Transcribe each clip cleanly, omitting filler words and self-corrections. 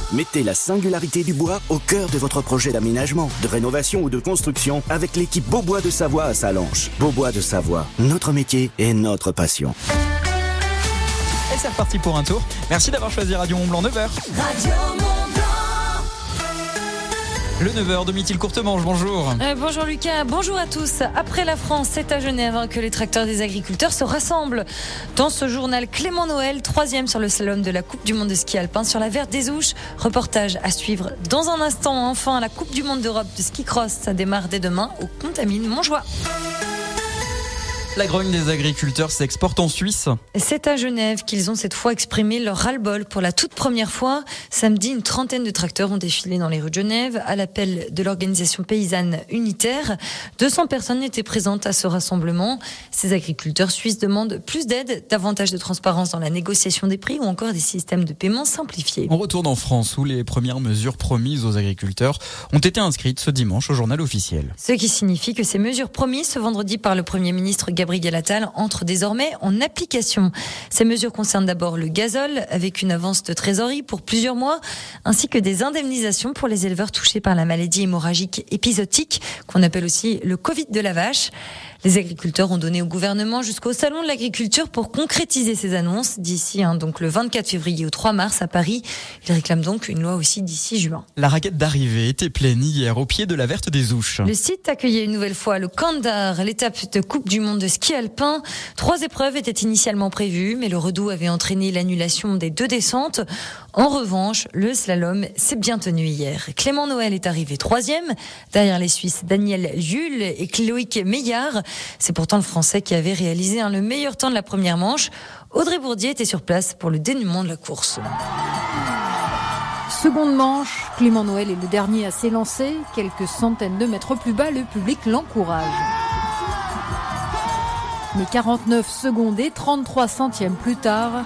Mettez la singularité du bois au cœur de votre projet d'aménagement, de rénovation ou de construction avec l'équipe Beaubois de Savoie à Sallanches. Beaubois de Savoie, notre métier et notre passion. Et c'est reparti pour un tour. Merci d'avoir choisi Radio Mont-Blanc 9h. Radio Mont-Blanc. Le 9h, Domitil Courtemanche, bonjour. Bonjour Lucas, bonjour à tous. Après la France, c'est à Genève que les tracteurs des agriculteurs se rassemblent. Dans ce journal, Clément Noël, 3e sur le slalom de la Coupe du Monde de ski alpin sur la Verte des Ouches. Reportage à suivre dans un instant. Enfin, la Coupe du Monde d'Europe de ski cross, ça démarre dès demain au Contamine Montjoie. La grogne des agriculteurs s'exporte en Suisse. C'est à Genève qu'ils ont cette fois exprimé leur ras-le-bol pour la toute première fois. Samedi, une trentaine de tracteurs ont défilé dans les rues de Genève à l'appel de l'organisation paysanne unitaire. 200 personnes étaient présentes à ce rassemblement. Ces agriculteurs suisses demandent plus d'aide, davantage de transparence dans la négociation des prix ou encore des systèmes de paiement simplifiés. On retourne en France où les premières mesures promises aux agriculteurs ont été inscrites ce dimanche au journal officiel. Ce qui signifie que ces mesures promises ce vendredi par le Premier ministre Gabriel Attal entrent désormais en application. Ces mesures concernent d'abord le gazole avec une avance de trésorerie pour plusieurs mois ainsi que des indemnisations pour les éleveurs touchés par la maladie hémorragique épisodique qu'on appelle aussi le Covid de la vache. Les agriculteurs ont donné au gouvernement jusqu'au salon de l'agriculture pour concrétiser ces annonces d'ici donc le 24 février au 3 mars à Paris. Ils réclament donc une loi aussi d'ici juin. La raquette d'arrivée était pleine hier au pied de la Verte des Ouches. Le site accueillait une nouvelle fois le Kandar, l'étape de Coupe du Monde de ski alpin. 3 épreuves étaient initialement prévues, mais le redout avait entraîné l'annulation des 2 descentes. En revanche, le slalom s'est bien tenu hier. Clément Noël est arrivé 3e, derrière les Suisses Daniel Jules et Loïc Meillard. C'est pourtant le Français qui avait réalisé le meilleur temps de la première manche. Audrey Bourdier était sur place pour le dénouement de la course. Seconde manche, Clément Noël est le dernier à s'élancer. Quelques centaines de mètres plus bas, le public l'encourage. Mais 49 secondes et 33 centièmes plus tard,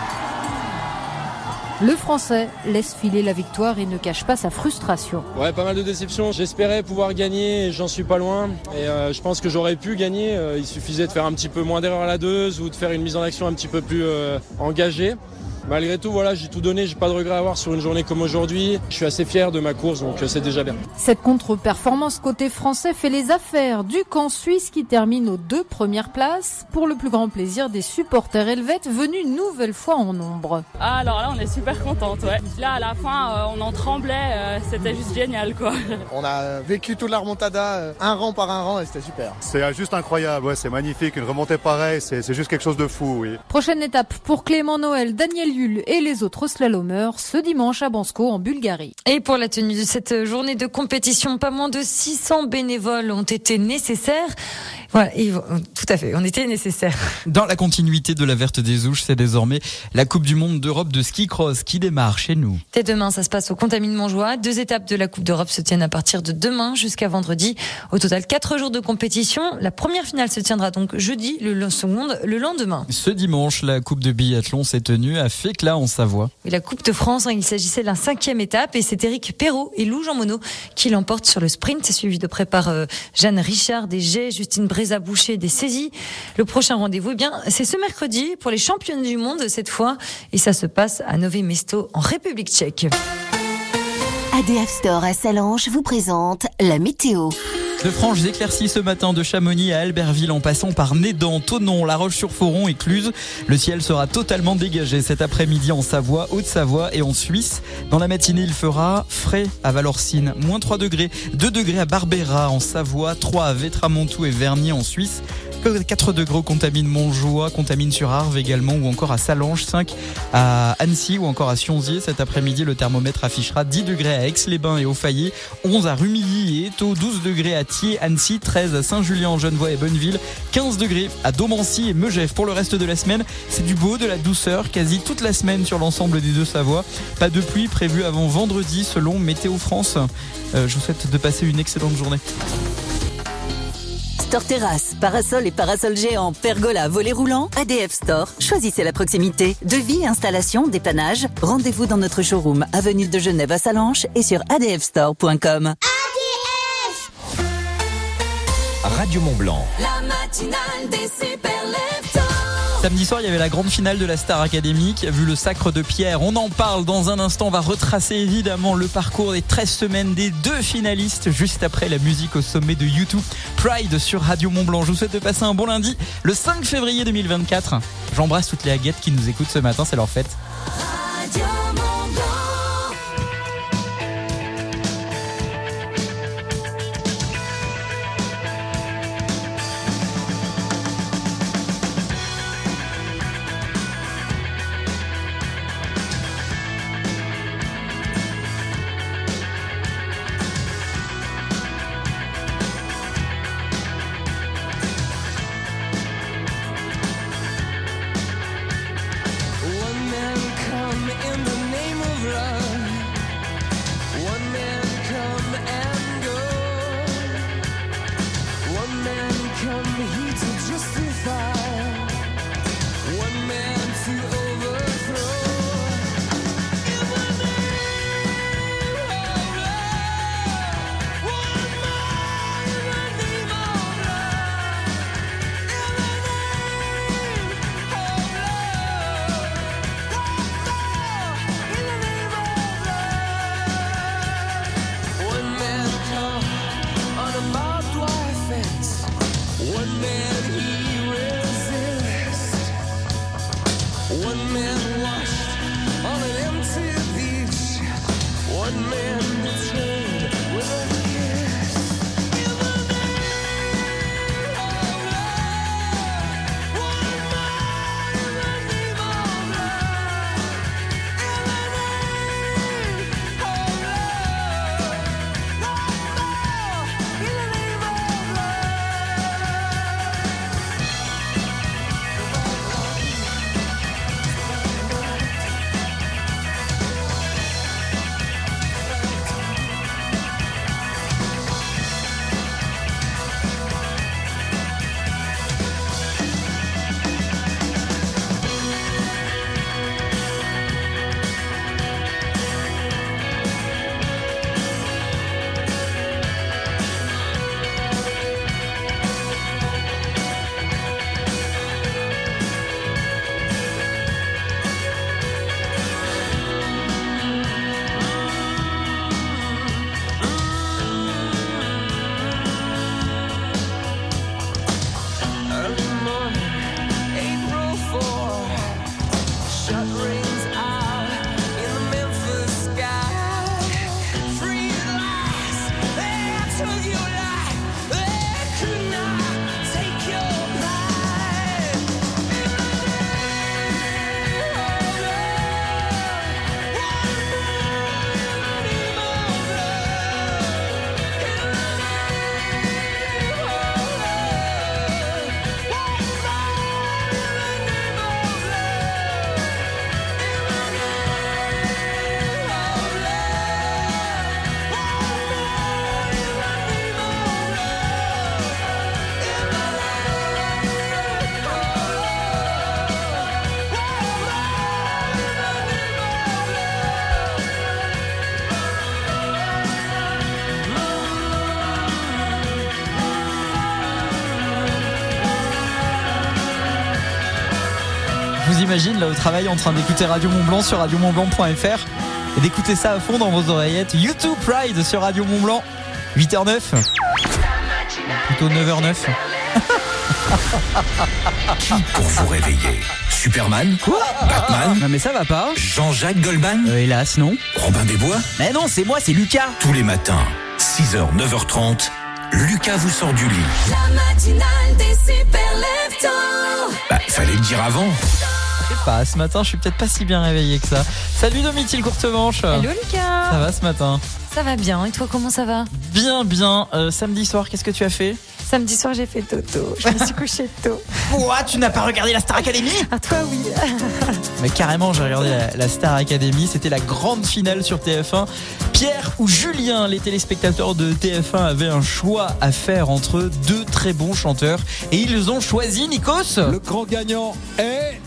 le Français laisse filer la victoire et ne cache pas sa frustration. Ouais, pas mal de déceptions. J'espérais pouvoir gagner et j'en suis pas loin. Et je pense que j'aurais pu gagner. Il suffisait de faire un petit peu moins d'erreurs à la 2 ou de faire une mise en action un petit peu plus engagée. Malgré tout, voilà, j'ai tout donné, j'ai pas de regret à avoir sur une journée comme aujourd'hui. Je suis assez fier de ma course, donc c'est déjà bien. Cette contre-performance côté français fait les affaires du camp suisse qui termine aux 2 premières places, pour le plus grand plaisir des supporters helvètes venus une nouvelle fois en nombre. Alors là, on est super contente, ouais. Là, à la fin, on en tremblait, c'était juste génial, quoi. On a vécu toute la remontada, un rang par un rang, et c'était super. C'est juste incroyable, ouais, c'est magnifique, une remontée pareille, c'est juste quelque chose de fou, oui. Prochaine étape pour Clément Noël, Daniel et les autres slalomeurs ce dimanche à Bansko en Bulgarie. Et pour la tenue de cette journée de compétition, pas moins de 600 bénévoles ont été nécessaires. Voilà, tout à fait, on était nécessaires. Dans la continuité de la Verte des Ouches, c'est désormais la Coupe du Monde d'Europe de ski cross qui démarre chez nous. Dès demain, ça se passe au Contamine Montjoie. 2 étapes de la Coupe d'Europe se tiennent à partir de demain jusqu'à vendredi. Au total, 4 jours de compétition. La première finale se tiendra donc jeudi, le seconde le lendemain. Ce dimanche, la Coupe de biathlon s'est tenue à Féclaz en Savoie. Et la Coupe de France, il s'agissait de la 5e étape et c'est Éric Perrault et Lou Jean Monod qui l'emportent sur le sprint. C'est suivi de près par Jeanne Richard des Jets, Justine Brézat-Boucher des Saisies. Le prochain rendez-vous, c'est ce mercredi pour les championnes du monde cette fois et ça se passe à Nové Mesto en République tchèque. ADF Store à Sallanches vous présente la météo. De franches éclaircies ce matin de Chamonix à Albertville en passant par Nédan, Thonon, La Roche-sur-Foron et Cluses. Le ciel sera totalement dégagé cet après-midi en Savoie, Haute-Savoie et en Suisse. Dans la matinée, il fera frais à Valorcine, moins 3 degrés, 2 degrés à Barbera en Savoie, 3 à Vétramontou et Vernier en Suisse. 4 degrés au Contamine Montjoie, Contamine sur Arve également ou encore à Sallanches, 5 à Annecy ou encore à Sionzier. Cet après-midi, le thermomètre affichera 10 degrés à Aix-les-Bains et Aufaillé, 11 à Rumilly et Étaux, 12 degrés à Thiers, Annecy, 13 à Saint-Julien, Genevois et Bonneville, 15 degrés à Domancy et Megève. Pour le reste de la semaine, c'est du beau, de la douceur quasi toute la semaine sur l'ensemble des 2 Savoies. Pas de pluie prévue avant vendredi selon Météo France. Je vous souhaite de passer une excellente journée. Store terrasse, parasol et parasol géant, pergola, volet roulant, ADF Store. Choisissez la proximité. Devis, installation, dépannage. Rendez-vous dans notre showroom, avenue de Genève à Sallanches et sur adfstore.com. ADF Radio Mont-Blanc. La matinale des super leftos. Samedi soir, il y avait la grande finale de la Star Academy qui a vu le sacre de Pierre. On en parle dans un instant. On va retracer évidemment le parcours des 13 semaines des 2 finalistes juste après la musique au sommet de YouTube. Pride sur Radio Mont-Blanc. Je vous souhaite de passer un bon lundi le 5 février 2024. J'embrasse toutes les aguettes qui nous écoutent ce matin. C'est leur fête. Radio Mont-Blanc. Je vous imagine là au travail en train d'écouter Radio Mont-Blanc sur radiomontblanc.fr et d'écouter ça à fond dans vos oreillettes. YouTube Pride sur Radio Mont-Blanc. 8h09. Plutôt 9h09. Qui pour vous réveiller? Superman? Quoi? Batman? Non mais ça va pas. Jean-Jacques Goldman? Hélas non. Robin des Bois? Mais non, c'est moi, c'est Lucas. Tous les matins, 6h, 9h30, Lucas vous sort du lit. La matinale des super leftos. Fallait le dire avant. Je sais pas, ce matin je suis peut-être pas si bien réveillé que ça. Salut Domitil Courtemanche. Hello Lucas. Ça va ce matin? Ça va bien, et toi comment ça va? Bien. Samedi soir, qu'est-ce que tu as fait? Samedi soir j'ai fait dodo, je me suis couchée tôt. Quoi? Tu n'as pas regardé la Star Academy? Ah toi oui. Mais carrément j'ai regardé la Star Academy, c'était la grande finale sur TF1. Pierre ou Julien, les téléspectateurs de TF1 avaient un choix à faire entre deux très bons chanteurs et ils ont choisi Nikos. Le grand gagnant est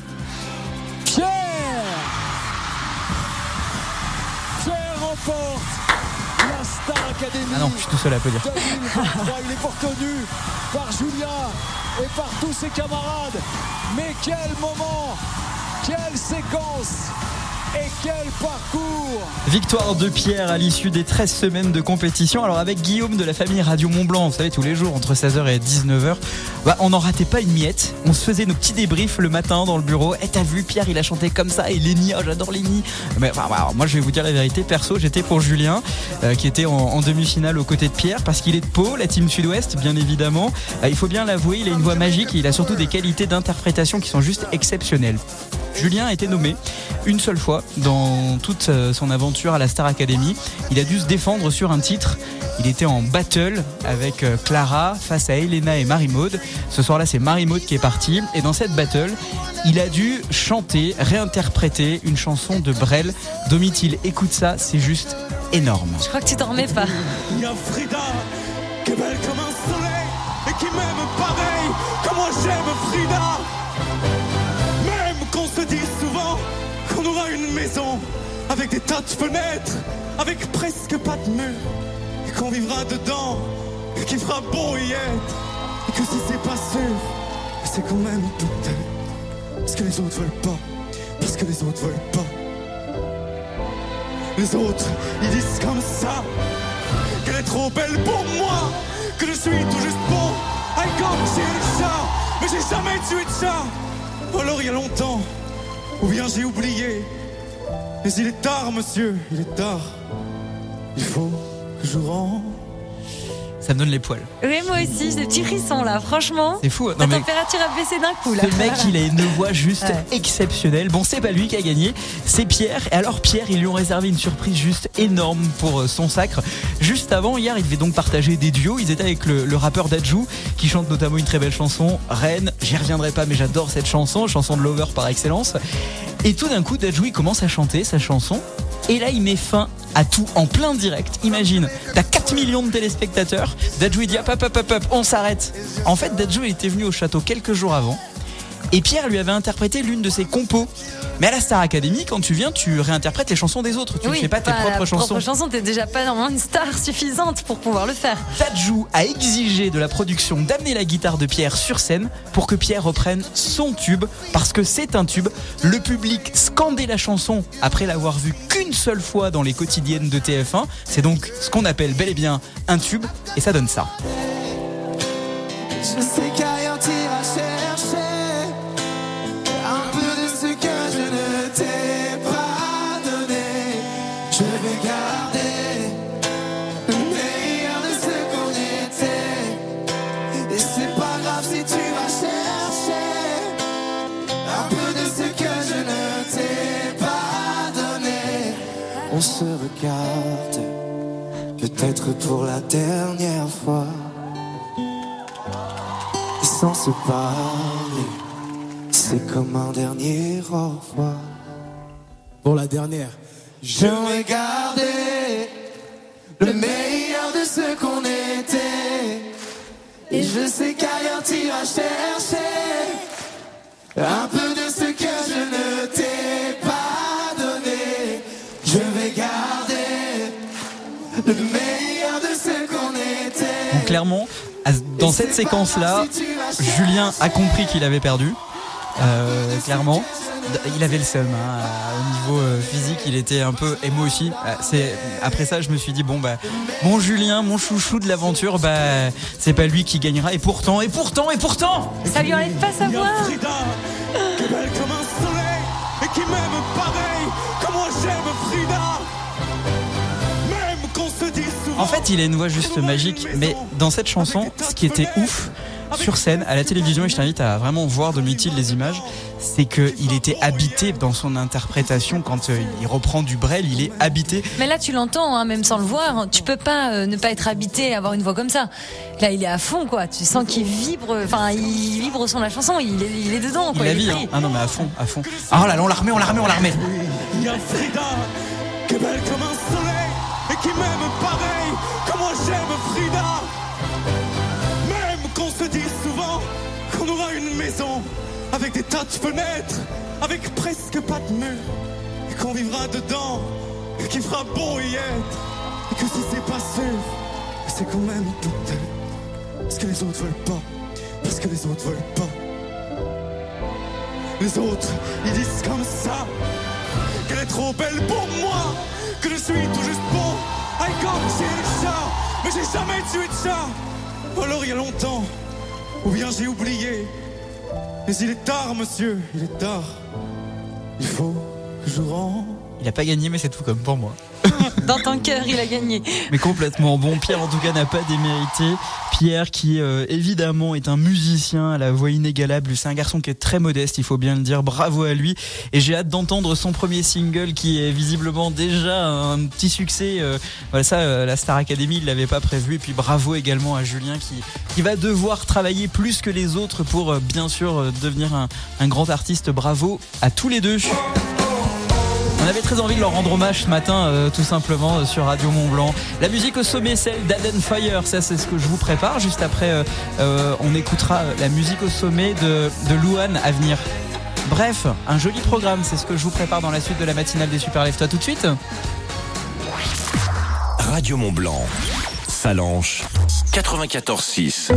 Pierre. Pierre remporte la Star Academy. Ah non, je suis tout seul à applaudir. 2023, il est reconnu par Julien et par tous ses camarades. Mais quel moment, quelle séquence et quel parcours! Victoire de Pierre à l'issue des 13 semaines de compétition. Alors avec Guillaume de la famille Radio Mont-Blanc, vous savez, tous les jours entre 16h et 19h, on n'en ratait pas une miette. On se faisait nos petits débriefs le matin dans le bureau. Et t'as vu, Pierre, il a chanté comme ça. Et Léni, j'adore Léni. Mais moi, je vais vous dire la vérité. Perso, j'étais pour Julien, qui était en demi-finale aux côtés de Pierre, parce qu'il est de Pau, la team Sud-Ouest, bien évidemment. Il faut bien l'avouer, il a une voix magique et il a surtout des qualités d'interprétation qui sont juste exceptionnelles. Julien a été nommé une seule fois dans toute son aventure à la Star Academy. Il a dû se défendre sur un titre. Il était en battle avec Clara face à Elena et Marie-Maude. Ce soir-là, c'est Marie-Maude qui est partie. Et dans cette battle, il a dû chanter, réinterpréter une chanson de Brel. Domitil, écoute ça, c'est juste énorme. Je crois que tu t'en remets pas. Il y a Frida, qui est belle comme un soleil et qui m'aime pareil comme moi j'aime Frida. Même qu'on se dit souvent qu'on aura une maison avec des tas de fenêtres, avec presque pas de mur, et qu'on vivra dedans, et qu'il fera bon y être, et que si c'est pas sûr, c'est quand même peut-être, parce que les autres veulent pas, parce que les autres veulent pas. Les autres, ils disent comme ça, qu'elle est trop belle pour moi, que je suis tout juste bon, à égorger le chat, mais j'ai jamais tué de chat. Ou alors il y a longtemps, ou bien j'ai oublié. Mais il est tard, monsieur, il est tard. Il faut que je rentre. Ça me donne les poils. Oui, moi aussi, j'ai des petits frissons là, franchement. C'est fou. La température a baissé d'un coup là. Ce mec, il a une voix juste exceptionnelle. Bon, c'est pas lui qui a gagné, c'est Pierre. Et alors Pierre, ils lui ont réservé une surprise juste énorme pour son sacre. Juste avant, hier, il devait donc partager des duos. Ils étaient avec le rappeur Dadju, qui chante notamment une très belle chanson, Reine. J'y reviendrai pas, mais j'adore cette chanson de Lover par excellence. Et tout d'un coup, Dadju, il commence à chanter sa chanson. Et là, il met fin à tout en plein direct. Imagine, t'as 4 millions de téléspectateurs. Dadju, il dit hop, on s'arrête. En fait, Dadju était venu au château quelques jours avant. Et Pierre lui avait interprété l'une de ses compos. Mais à la Star Academy, quand tu viens, tu réinterprètes les chansons des autres. Tu ne fais pas tes propres chansons. T'es déjà pas normalement une star suffisante pour pouvoir le faire. Dadju a exigé de la production d'amener la guitare de Pierre sur scène pour que Pierre reprenne son tube, parce que c'est un tube. Le public scandait la chanson après l'avoir vue qu'une seule fois dans les quotidiennes de TF1. C'est donc ce qu'on appelle bel et bien un tube, et ça donne ça. Je sais qu'ailleurs t'iras chercher un peu de ce que je ne t'ai pas donné. Je vais garder le meilleur de ce qu'on était. Et c'est pas grave si tu vas chercher un peu de ce que je ne t'ai pas donné. On se regarde, peut-être pour la dernière fois. Sans se parler, c'est comme un dernier au revoir. Pour la dernière. Je vais garder le meilleur de ce qu'on était. Et je sais qu'ailleurs t'iras chercher un peu de ce que je ne t'ai pas donné. Je vais garder le meilleur de ce qu'on était. Donc clairement, dans cette séquence-là, Julien a compris qu'il avait perdu. Clairement, il avait le seum. Au niveau physique, il était un peu émo aussi. Après ça, je me suis dit mon Julien, mon chouchou de l'aventure, c'est pas lui qui gagnera. Et pourtant, ça lui enlève pas sa voix. Frida, qui est belle comme un soleil et qui m'aime pareil comme moi j'aime Frida. Même qu'on se dit souvent. En fait, il a une voix juste magique. Mais dans cette chanson, ce qui était ouf sur scène, à la télévision, et je t'invite à vraiment voir de Mithil les images, c'est qu'il était habité dans son interprétation. Quand il reprend du Brel, il est habité. Mais là, tu l'entends, même sans le voir. Tu peux pas ne pas être habité et avoir une voix comme ça. Là, il est à fond, quoi. Tu sens qu'il vibre. Enfin, il vibre au son de la chanson. Il est dedans, quoi. Il la vit, hein. Ah non, mais à fond. Ah là, on la remet. Il y a Frida, qui est belle comme un soleil et qui m'aime pareil comme moi j'aime Frida. Même qu'on se dit souvent qu'on aura une maison avec des tas de fenêtres, avec presque pas de mur, et qu'on vivra dedans, et qu'il fera beau y être. Et que si c'est pas sûr, c'est quand même tout. Parce que les autres veulent pas. Parce que les autres veulent pas. Les autres, ils disent comme ça qu'elle est trop belle pour moi, que je suis tout juste bon. I got tuer le chat, mais j'ai jamais tué de chat. Ou alors il y a longtemps, ou bien j'ai oublié. Mais il est tard, monsieur, il est tard. Il faut que je rentre. Il a pas gagné, mais c'est tout comme pour moi. Dans ton cœur, il a gagné. Mais complètement. Bon, Pierre, en tout cas, n'a pas démérité. Pierre, qui évidemment est un musicien à la voix inégalable. C'est un garçon qui est très modeste, il faut bien le dire. Bravo à lui. Et j'ai hâte d'entendre son premier single, qui est visiblement déjà un petit succès. Voilà, ça, la Star Academy, il l'avait pas prévu. Et puis bravo également à Julien, qui va devoir travailler plus que les autres pour bien sûr devenir un grand artiste. Bravo à tous les deux. On avait très envie de leur rendre hommage ce matin, tout simplement, sur Radio Mont-Blanc. La musique au sommet, celle d'Aden Fire, ça c'est ce que je vous prépare. Juste après, on écoutera la musique au sommet de Louane à venir. Bref, un joli programme, c'est ce que je vous prépare dans la suite de la matinale des Super Lève-toi tout de suite. Radio Mont-Blanc, Salanches, 94.6.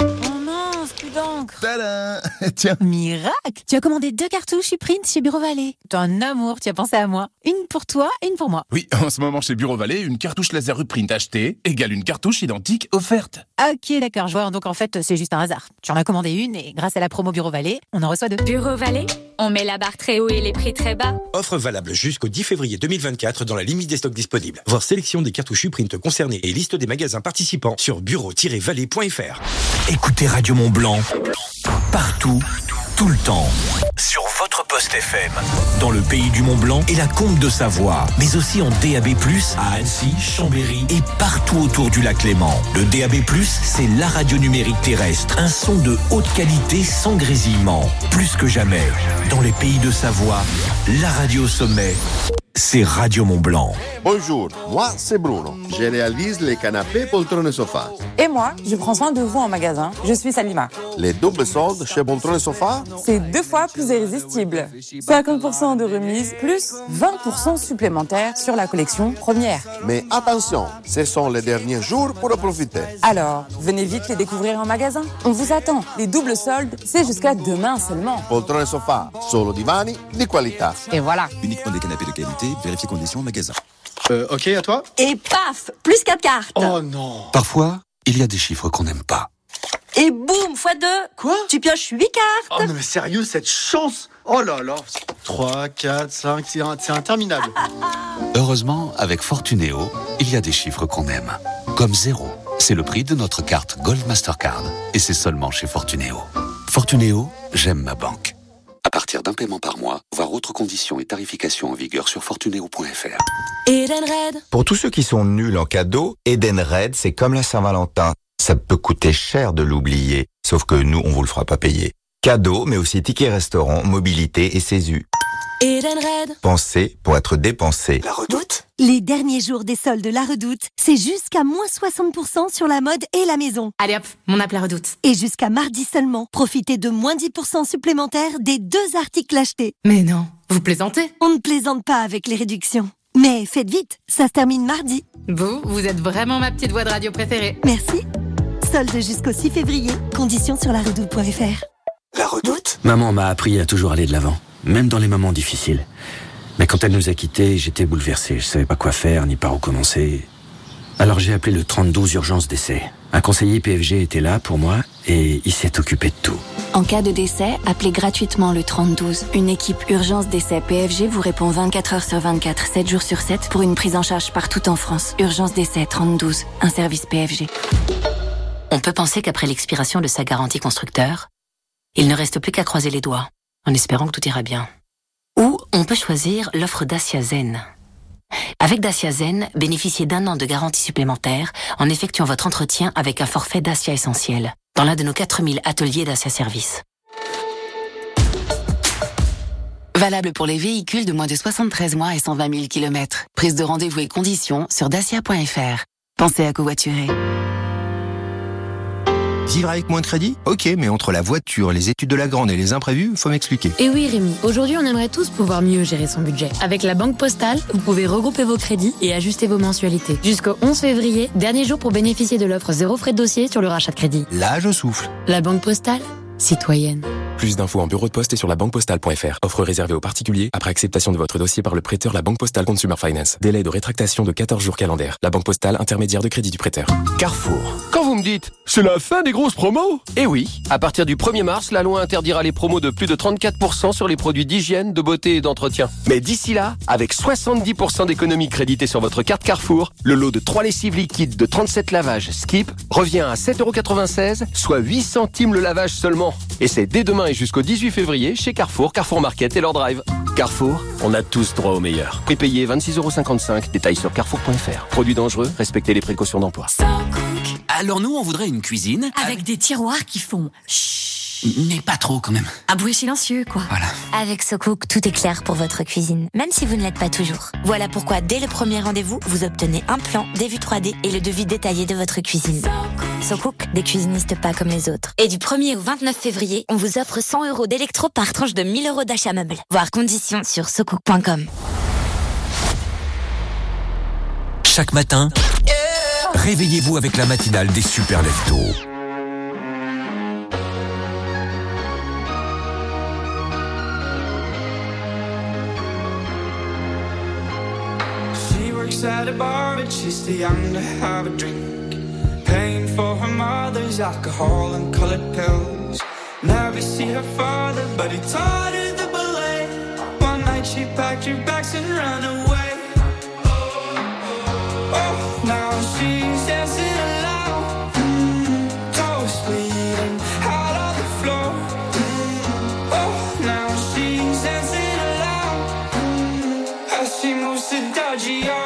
Tadam! Tiens. Miracle! Tu as commandé 2 cartouches Uprint chez Bureau Vallée. T'es un amour, tu as pensé à moi. Une pour toi et une pour moi. Oui, en ce moment chez Bureau Vallée, une cartouche laser Uprint achetée égale une cartouche identique offerte. Ok, d'accord, je vois. Donc en fait, c'est juste un hasard. Tu en as commandé une et grâce à la promo Bureau Vallée, on en reçoit 2. Bureau Vallée, on met la barre très haut et les prix très bas. Offre valable jusqu'au 10 février 2024 dans la limite des stocks disponibles. Voir sélection des cartouches Uprint concernées et liste des magasins participants sur bureau-vallée.fr. Écoutez Radio Mont-Blanc partout, tout le temps. Sur votre poste FM. Dans le pays du Mont-Blanc et la Combe de Savoie. Mais aussi en DAB+, à Annecy, Chambéry et partout autour du lac Léman. Le DAB+, c'est la radio numérique terrestre. Un son de haute qualité sans grésillement. Plus que jamais. Dans les pays de Savoie, la radio au sommet, c'est Radio Mont-Blanc. Bonjour, moi c'est Bruno. Je réalise les canapés, poltrons et sofas. Et moi, je prends soin de vous en magasin. Je suis Salima. Les doubles soldes chez Poltrons et Sofas, c'est 2 fois plus irrésistible. 50% de remise, plus 20% supplémentaires sur la collection première. Mais attention, ce sont les derniers jours pour en profiter. Alors, venez vite les découvrir en magasin. On vous attend. Les doubles soldes, c'est jusqu'à demain seulement. Poltrons et Sofas, solo divani di qualità. Et voilà. Uniquement des canapés de qualité, vérifiez conditions en magasin. Ok, à toi? Et paf, plus 4 cartes. Oh non. Parfois, il y a des chiffres qu'on n'aime pas. Et boum, x2. Quoi? Tu pioches 8 cartes. Oh non mais sérieux, cette chance. Oh là là. 3, 4, 5, c'est interminable. Heureusement, avec Fortunéo, il y a des chiffres qu'on aime. Comme 0. C'est le prix de notre carte Gold Mastercard. Et c'est seulement chez Fortunéo. Fortunéo, j'aime ma banque. À partir d'un paiement par mois, voir autres conditions et tarifications en vigueur sur fortunéo.fr. Edenred. Pour tous ceux qui sont nuls en cadeau, Edenred, c'est comme la Saint-Valentin. Ça peut coûter cher de l'oublier, sauf que nous, on vous le fera pas payer. Cadeau, mais aussi tickets restaurant, mobilité et CESU. Edenred. Pensez pour être dépensé. La Redoute. Les derniers jours des soldes de La Redoute, c'est jusqu'à moins 60% sur la mode et la maison. Allez hop, mon appel Redoute. Et jusqu'à mardi seulement, profitez de moins 10% supplémentaires des 2 articles achetés. Mais non, vous plaisantez? On ne plaisante pas avec les réductions. Mais faites vite, ça se termine mardi. Vous êtes vraiment ma petite voix de radio préférée. Merci. Soldes jusqu'au 6 février. Conditions sur laredoute.fr. La Redoute. Maman m'a appris à toujours aller de l'avant, même dans les moments difficiles. Mais quand elle nous a quittés, j'étais bouleversé. Je savais pas quoi faire, ni par où commencer. Alors j'ai appelé le 32 urgence décès. Un conseiller PFG était là pour moi et il s'est occupé de tout. En cas de décès, appelez gratuitement le 3012. Une équipe urgence décès PFG vous répond 24 heures sur 24, 7 jours sur 7 pour une prise en charge partout en France. Urgence décès 3012, un service PFG. On peut penser qu'après l'expiration de sa garantie constructeur, il ne reste plus qu'à croiser les doigts, en espérant que tout ira bien. Ou on peut choisir l'offre Dacia Zen. Avec Dacia Zen, bénéficiez d'1 an de garantie supplémentaire en effectuant votre entretien avec un forfait Dacia Essentiel dans l'un de nos 4000 ateliers Dacia Service. Valable pour les véhicules de moins de 73 mois et 120 000 km. Prise de rendez-vous et conditions sur dacia.fr. Pensez à covoiturer. Vivre avec moins de crédit ? Ok, mais entre la voiture, les études de la grande et les imprévus, faut m'expliquer. Et oui Rémi, aujourd'hui on aimerait tous pouvoir mieux gérer son budget. Avec la Banque Postale, vous pouvez regrouper vos crédits et ajuster vos mensualités. Jusqu'au 11 février, dernier jour pour bénéficier de l'offre 0 frais de dossier sur le rachat de crédit. Là, je souffle. La Banque Postale, citoyenne. Plus d'infos en bureau de poste et sur labanquepostale.fr. Offre réservée aux particuliers après acceptation de votre dossier par le prêteur La Banque Postale Consumer Finance. Délai de rétractation de 14 jours calendaires. La Banque Postale, intermédiaire de crédit du prêteur. Carrefour. Quand vous me dites, c'est la fin des grosses promos ? Eh oui, à partir du 1er mars, la loi interdira les promos de plus de 34% sur les produits d'hygiène, de beauté et d'entretien. Mais d'ici là, avec 70% d'économies créditées sur votre carte Carrefour, le lot de 3 lessives liquides de 37 lavages Skip revient à 7,96€, soit 8 centimes le lavage seulement. Et c'est dès demain et jusqu'au 18 février chez Carrefour, Carrefour Market et leur drive. Carrefour, on a tous droit au meilleur. Prix payé 26,55€, détails sur carrefour.fr. Produits dangereux, respectez les précautions d'emploi. Alors nous, on voudrait une cuisine avec des tiroirs qui font chut. Mais pas trop quand même. Un bruit silencieux, quoi. Voilà. Avec SoCook, tout est clair pour votre cuisine, même si vous ne l'êtes pas toujours. Voilà pourquoi, dès le premier rendez-vous, vous obtenez un plan, des vues 3D et le devis détaillé de votre cuisine. SoCook, des cuisinistes pas comme les autres. Et du 1er au 29 février, on vous offre 100€ d'électro par tranche de 1000€ d'achat meuble. Voir conditions sur socook.com. Chaque matin, réveillez-vous avec la matinale des Super Leftos. At a bar, but she's too young to have a drink. Paying for her mother's alcohol and colored pills. Never see her father, but he taught her the ballet. One night she packed her bags and ran away. Oh, now she's dancing aloud, toes bleeding out on the floor. Oh, now she's dancing aloud as she moves to Dodgy-O.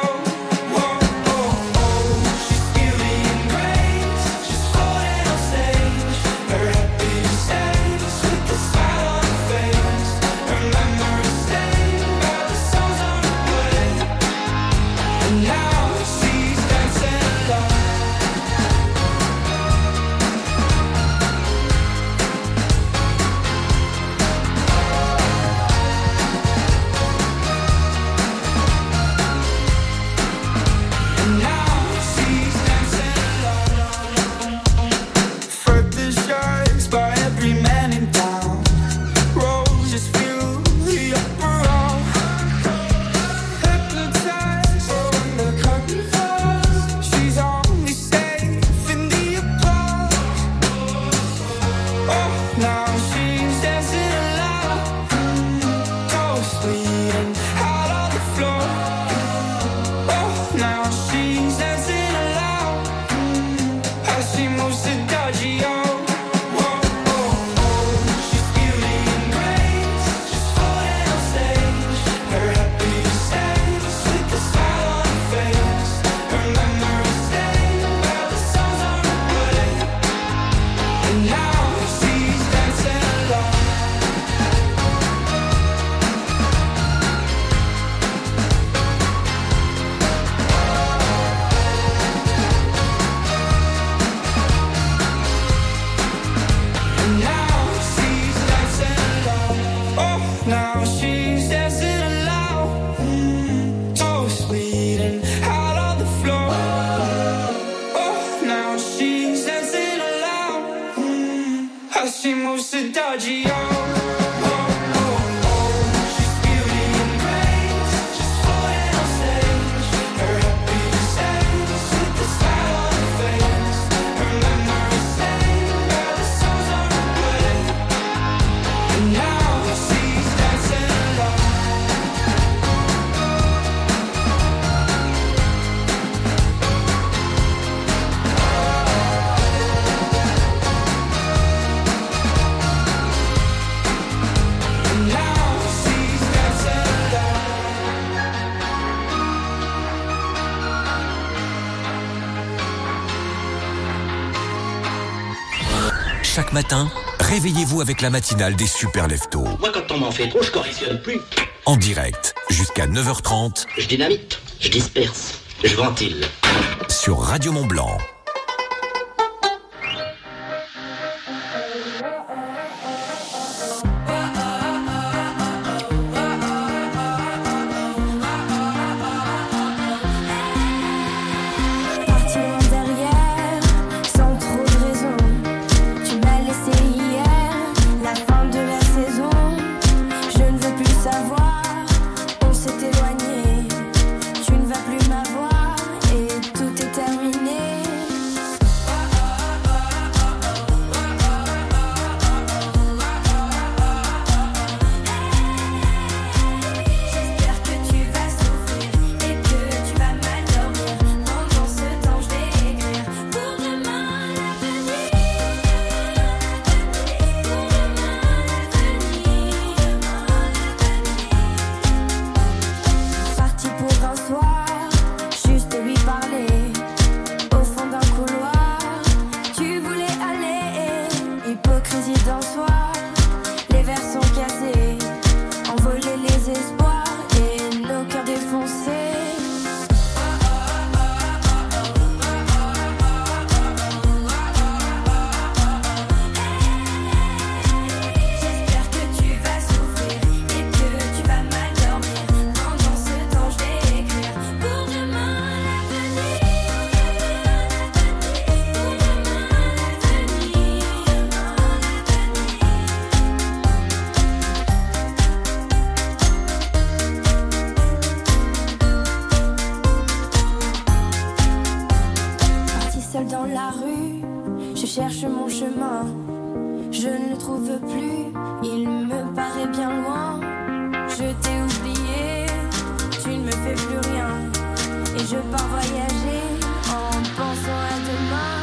Chaque matin, réveillez-vous avec la matinale des Super Leftos. Moi, quand on m'en fait trop, je correctionne plus. En direct, jusqu'à 9h30. Je dynamite, je disperse, je ventile. Sur Radio Mont Blanc. seule dans la rue, je cherche mon chemin. Je ne le trouve plus, il me paraît bien loin. Je t'ai oublié, tu ne me fais plus rien. Et je pars voyager en pensant à demain.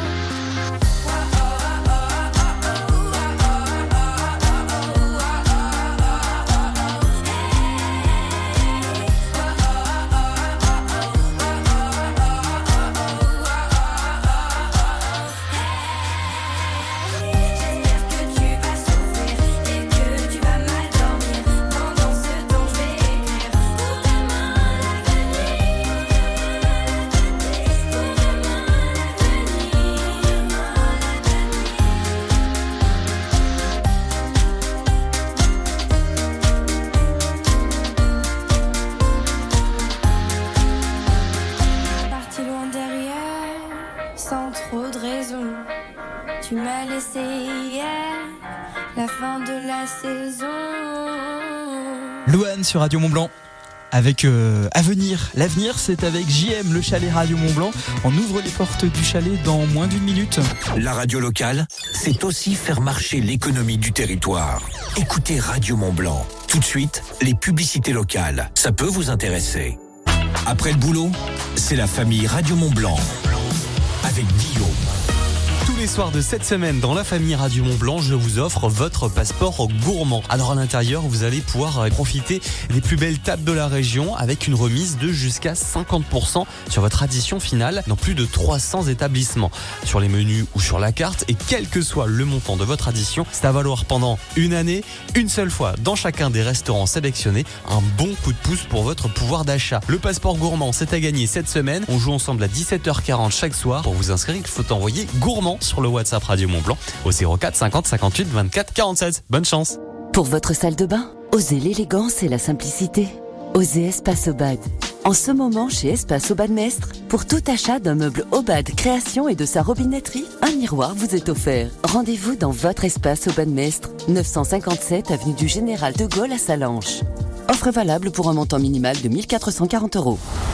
Tu m'as laissé hier, la fin de la saison. Louane sur Radio Mont-Blanc. Avec Avenir. L'avenir, c'est avec JM, le chalet Radio Mont-Blanc. On ouvre les portes du chalet dans moins d'une minute. La radio locale, c'est aussi faire marcher l'économie du territoire. Écoutez Radio Mont-Blanc. Tout de suite, les publicités locales. Ça peut vous intéresser. Après le boulot, c'est la famille Radio Mont-Blanc. Avec Guillaume. Tous les soirs de cette semaine dans la famille Radio Mont-Blanc, je vous offre votre passeport gourmand. Alors à l'intérieur, vous allez pouvoir profiter des plus belles tables de la région avec une remise de jusqu'à 50% sur votre addition finale dans plus de 300 établissements. Sur les menus ou sur la carte, et quel que soit le montant de votre addition, c'est à valoir pendant une année, une seule fois dans chacun des restaurants sélectionnés. Un bon coup de pouce pour votre pouvoir d'achat. Le passeport gourmand, c'est à gagner cette semaine. On joue ensemble à 17h40 chaque soir. Pour vous inscrire, il faut envoyer gourmand sur le WhatsApp Radio Mont-Blanc au 04 50 58 24 47. Bonne chance. Pour votre salle de bain, osez l'élégance et la simplicité. Osez Espace Obad. En ce moment, chez Espace Obad Mestre, pour tout achat d'un meuble Obad Création et de sa robinetterie, un miroir vous est offert. Rendez-vous dans votre Espace Obad Mestre, 957 avenue du Général de Gaulle à Salanches. Offre valable pour un montant minimal de 1 440 €.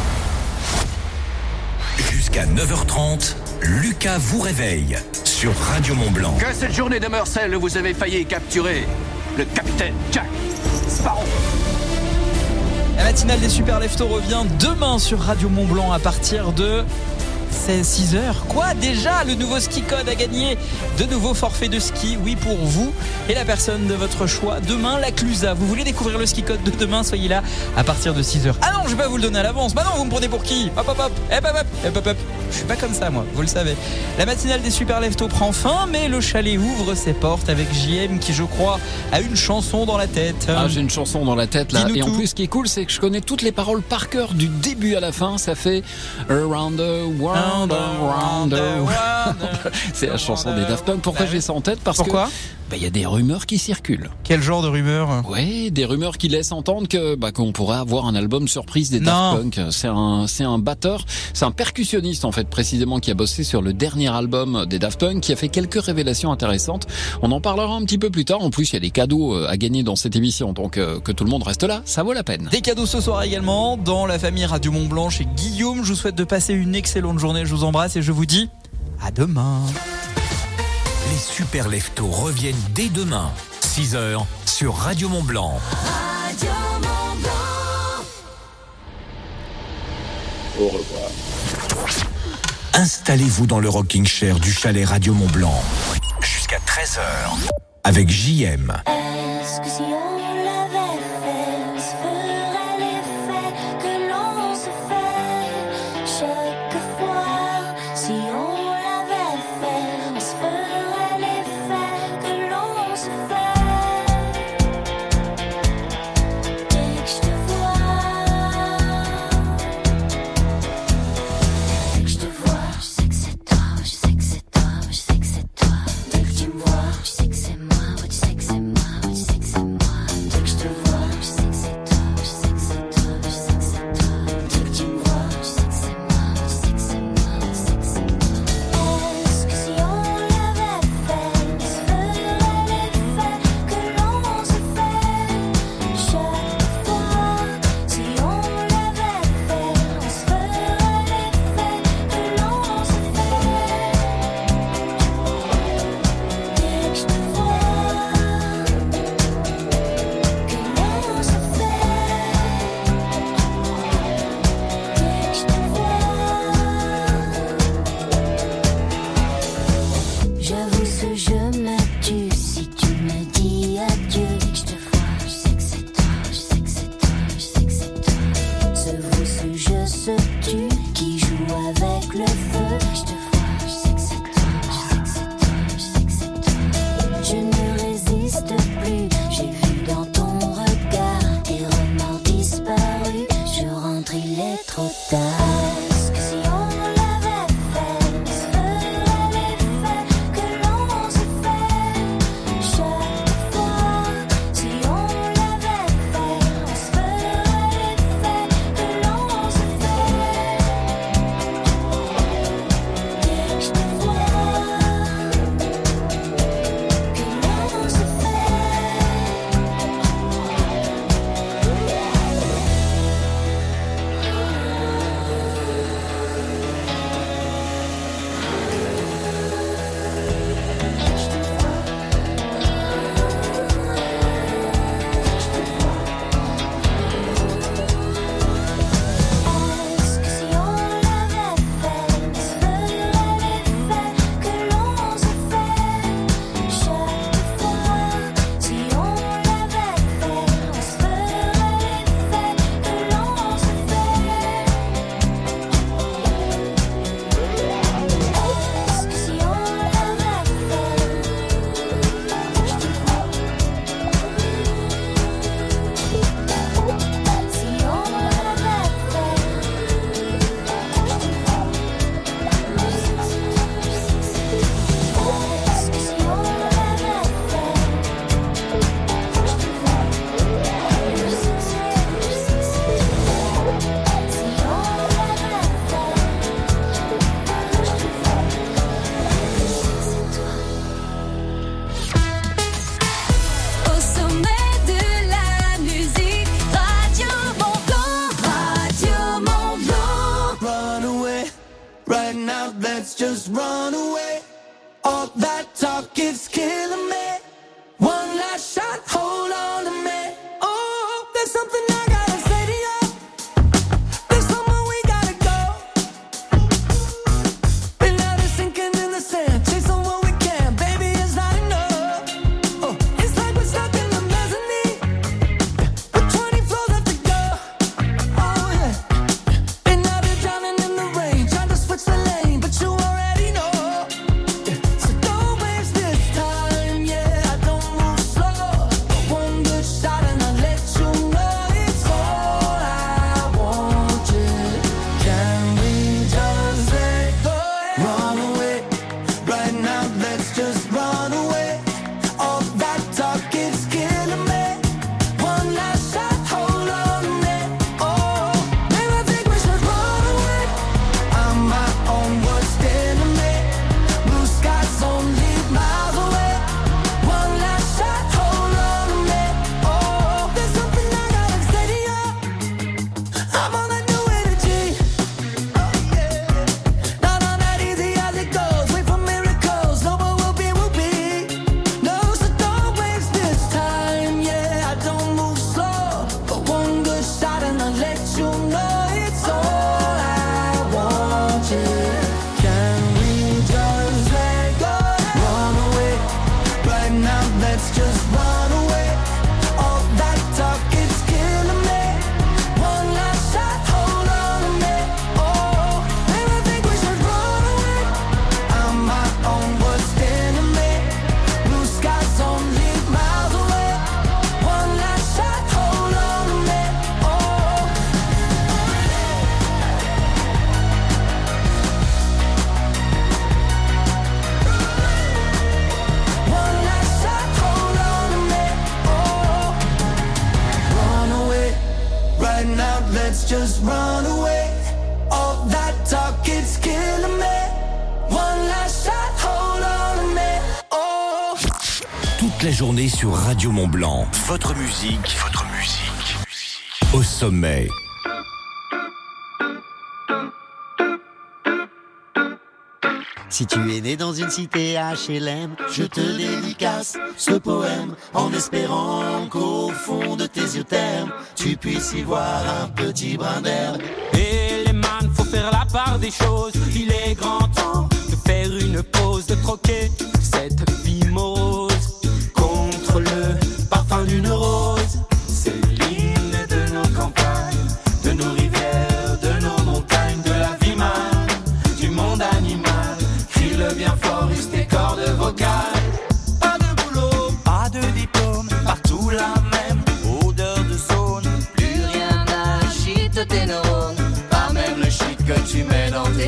Jusqu'à 9h30, Lucas vous réveille sur Radio Mont-Blanc. Que cette journée de Meursault, vous avez failli capturer le capitaine Jack Sparrow. La matinale des Super Leftos revient demain sur Radio Mont-Blanc à partir de 6h. Quoi, déjà le nouveau ski code à gagner, de nouveaux forfaits de ski, oui, pour vous et la personne de votre choix. Demain, la Clusa. Vous voulez découvrir le ski code de demain? Soyez là à partir de 6h. Ah non, je vais pas vous le donner à l'avance. Bah non, vous me prenez pour qui? Hop hop hop, hop hop hop hop hop. Je suis pas comme ça, moi, vous le savez. La matinale des Super Leftos prend fin, mais le chalet ouvre ses portes avec JM qui, je crois, a une chanson dans la tête. Ah, j'ai une chanson dans la tête là. Dis-nous et en tout. plus, ce qui est cool, c'est que je connais toutes les paroles par cœur du début à la fin. Ça fait Around the World, Around the World. C'est la chanson des Daft Punk. Pourquoi j'ai ça en tête? Parce Pourquoi que y a des rumeurs qui circulent. Quel genre de rumeurs? Oui, des rumeurs qui laissent entendre que qu'on pourrait avoir un album surprise des Daft Punk. C'est un batteur, c'est un percussionniste en fait précisément qui a bossé sur le dernier album des Daft Punk, qui a fait quelques révélations intéressantes. On en parlera un petit peu plus tard. En plus, il y a des cadeaux à gagner dans cette émission, donc que tout le monde reste là, ça vaut la peine. Des cadeaux ce soir également dans la famille Radio Mont-Blanc chez Guillaume. Je vous souhaite de passer une excellente journée. Je vous embrasse et je vous dis à demain. Les Super Leftos reviennent dès demain, 6h, sur Radio Mont-Blanc. Radio Mont-Blanc. Au revoir. Installez-vous dans le rocking chair du chalet Radio Mont-Blanc. Jusqu'à 13h. Avec JM. Est-ce que si on l'avait fait, se ferait l'effet que l'on se fait chaque fois? Si on l'avait fait, se ferait l'effet que l'on se fait. Dès que je te vois, dès que je te vois, je sais que c'est toi, je sais que c'est toi, je sais que c'est toi. Dès que tu me vois, je sais que c'est moi, tu sais que c'est moi, tu sais que c'est moi. le feu. Je te vois, je sais que c'est toi, je sais que c'est toi, je sais que c'est toi. Je ne résiste plus, j'ai vu dans ton regard tes remords disparus. Je rentre, il est trop tard. Est-ce que si on l'avait fait, ce ferait l'effet que l'on se fait chaque fois? Si on l'avait fait, ce ferait l'effet que l'on se fait. Dès que je te vois, que l'on se fait. Est-ce que si on l'avait fait, ce ferait l'effet que l'on se fait chaque fois? Si on l'avait fait, ce ferait l'effet que l'on se fait. Est-ce que si on l'avait Au sommet de la musique, Radio Mont-Blanc, Radio Mont-Blanc. Run away, right now let's just run away. All that talk is killing me. One last shot, hold on to me. Oh, there's something I gotta say to you. There's somewhere we gotta go. And now they're sinking in the sand, chasing what we can. Baby, it's not enough. Oh, it's like we're stuck in the mezzanine with 20 floors left to go. Oh yeah. And now they're drowning in the rain, trying to switch the lane, but you already know. So don't waste this time, yeah. I don't move slow. One good shot and I'll let you know it's all I want. Yeah. Can we just let go? Run away, right now. Let's just run away. All that talk is killing me. One last shot, hold on to me. Oh, maybe I think we should run away. I'm my own worst enemy. Blue skies only miles away. One last shot, hold on to me. Oh, there's something I gotta say to you. I'm on that new energy. Oh yeah, not on that easy as it goes. Wait for miracles, know what will be, will be. No, so don't waste this time. Yeah, I don't move slow, but one good shot and I'll let you know it's all I want. Yeah, can we just let go? Run away, right now. Let's just run away. All that talk is killing me. One last shot, hold on to me. Oh, maybe I think we should run away. I'm my own worst enemy. Blue skies only miles away. One last shot, hold on to me. Oh. One last shot, hold on to me. Oh. Run away, right now. Let's just run away. All that talk is killing me. One last shot, hold on to me. Oh. Toute la journée sur Radio Mont-Blanc. Votre musique au sommet. Si tu es né dans une cité HLM, je te dédicace ce poème en espérant qu'au fond de tes yeux termes, tu puisses y voir un petit brin d'herbe. Et les man, faut faire la part des choses. Il est grand temps de faire une pause, de troquer cette vie morose contre le parfum d'une rose. C'est l'hymne de nos campagnes, de nos rivières, de nos montagnes, de la vie man, du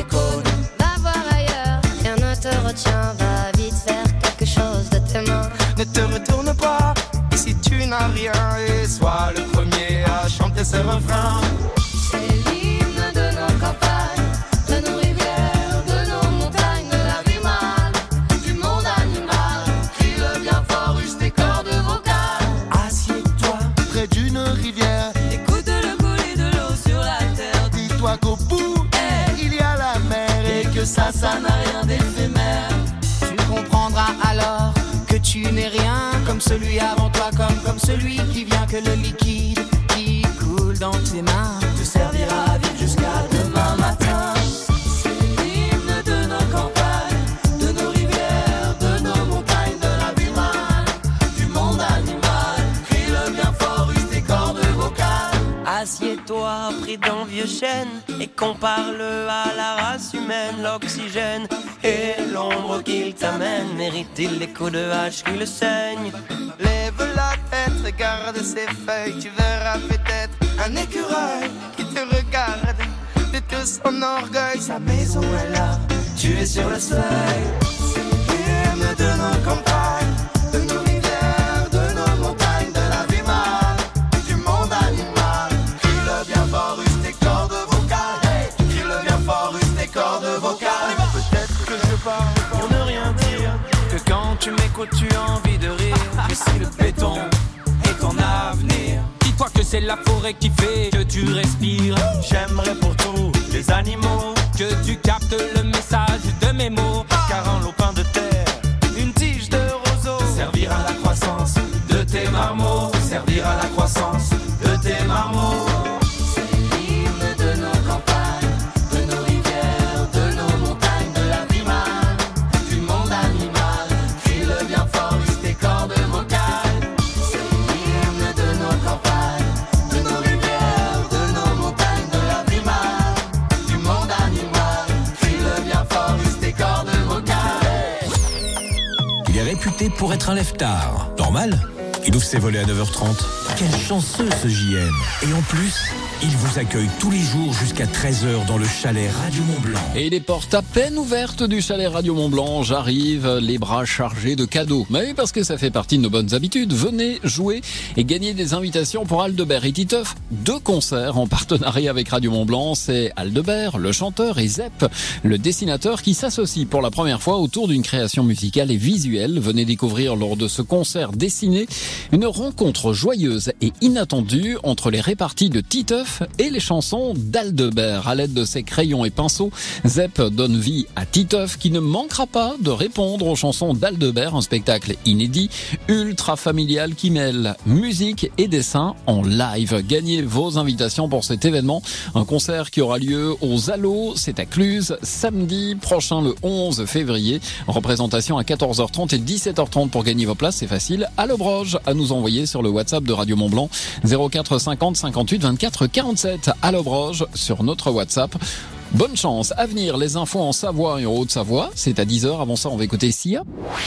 déconne. Va voir ailleurs, rien ne te retient. Va vite faire quelque chose de tes mains. Ne te retourne pas, et si tu n'as rien, et sois le premier à chanter ce refrain. C'est l'hymne de nos campagnes, de nos rivières, de nos montagnes, de la vie mâle, du monde animal. Crie-le bien fort, use tes cordes vocales. Assieds-toi près d'une rivière. Écoute le couler de l'eau sur la terre. Dis-toi qu'au bout, il y a la mer. Et que ça n'a rien d'éphémère. Tu comprendras alors que tu n'es rien comme celui avant toi, comme celui qui vient, que le liquide qui coule dans tes mains te servira à vivre jusqu'à demain matin. C'est l'hymne de nos campagnes, de nos rivières, de nos montagnes, de la vie mâle, du monde animal. Crie-le bien fort, use tes cordes vocales. Assieds-toi pris d'un vieux chêne et compare-le à la race humaine. L'oxygène et l'ombre qu'il t'amène, mérite-t-il les coups de hache qui le saignent? Lève la tête, regarde ses feuilles, tu verras peut-être un écureuil qui te regarde de tout son orgueil. Sa maison est là, tu es sur le seuil. C'est l'hymne de nos campagnes, de nos rivières, de nos montagnes, de la vie mâle, du monde animal. Crie-le bien fort, use tes cordes vocales. Hey, crie-le bien fort, use tes cordes vocales. Peut-être que je parle pour ne rien dire, que quand tu m'écoutes tu as envie de rire. Mais si le béton est ton avenir, Dis-toi que c'est la forêt qui fait que tu respires. j'aimerais pour tous les animaux Que tu captes le message de mes mots. car un lopin de terre, une tige de roseau, servir à la croissance de tes marmots, servir à la croissance de tes marmots. C'est l'hymne de nos campagnes, de nos rivières, de nos montagnes, de la vie mâle, du monde animal. Crie-le bien fort, use tes cordes vocales. C'est l'hymne de nos campagnes, de nos rivières, de nos montagnes, de la vie mâle, du monde animal. Crie-le bien fort, use tes cordes vocales. Il est réputé pour être un lève-tard. Normal. Il ouvre ses volets à 9h30. Quel chanceux ce JM. Et en plus, il vous accueille tous les jours jusqu'à 13h dans le chalet Radio Mont-Blanc. Et les portes à peine ouvertes du chalet Radio Mont-Blanc, j'arrive, les bras chargés de cadeaux. Mais oui, parce que ça fait partie de nos bonnes habitudes. Venez jouer et gagner des invitations pour Aldebert et Titeuf. 2 concerts en partenariat avec Radio Mont-Blanc. C'est Aldebert, le chanteur, et Zep, le dessinateur, qui s'associent pour la première fois autour d'une création musicale et visuelle. Venez découvrir lors de ce concert dessiné une rencontre joyeuse et inattendue entre les réparties de Titeuf et les chansons d'Aldebert. À l'aide de ses crayons et pinceaux, Zep donne vie à Titeuf, qui ne manquera pas de répondre aux chansons d'Aldebert, un spectacle inédit, ultra familial qui mêle musique et dessin en live. Gagnez vos invitations pour cet événement, un concert qui aura lieu aux Allos, c'est à Cluse, samedi prochain le 11 février. Représentation à 14h30 et 17h30 pour gagner vos places, c'est facile. À l'Obroge, à nous envoyer sur le WhatsApp de Radio Mont-Blanc 04 50 58 24 47. À l'Obroge sur notre WhatsApp. Bonne chance. À venir, les infos en Savoie et en Haute-Savoie. C'est à 10h. Avant ça, on va écouter Sia.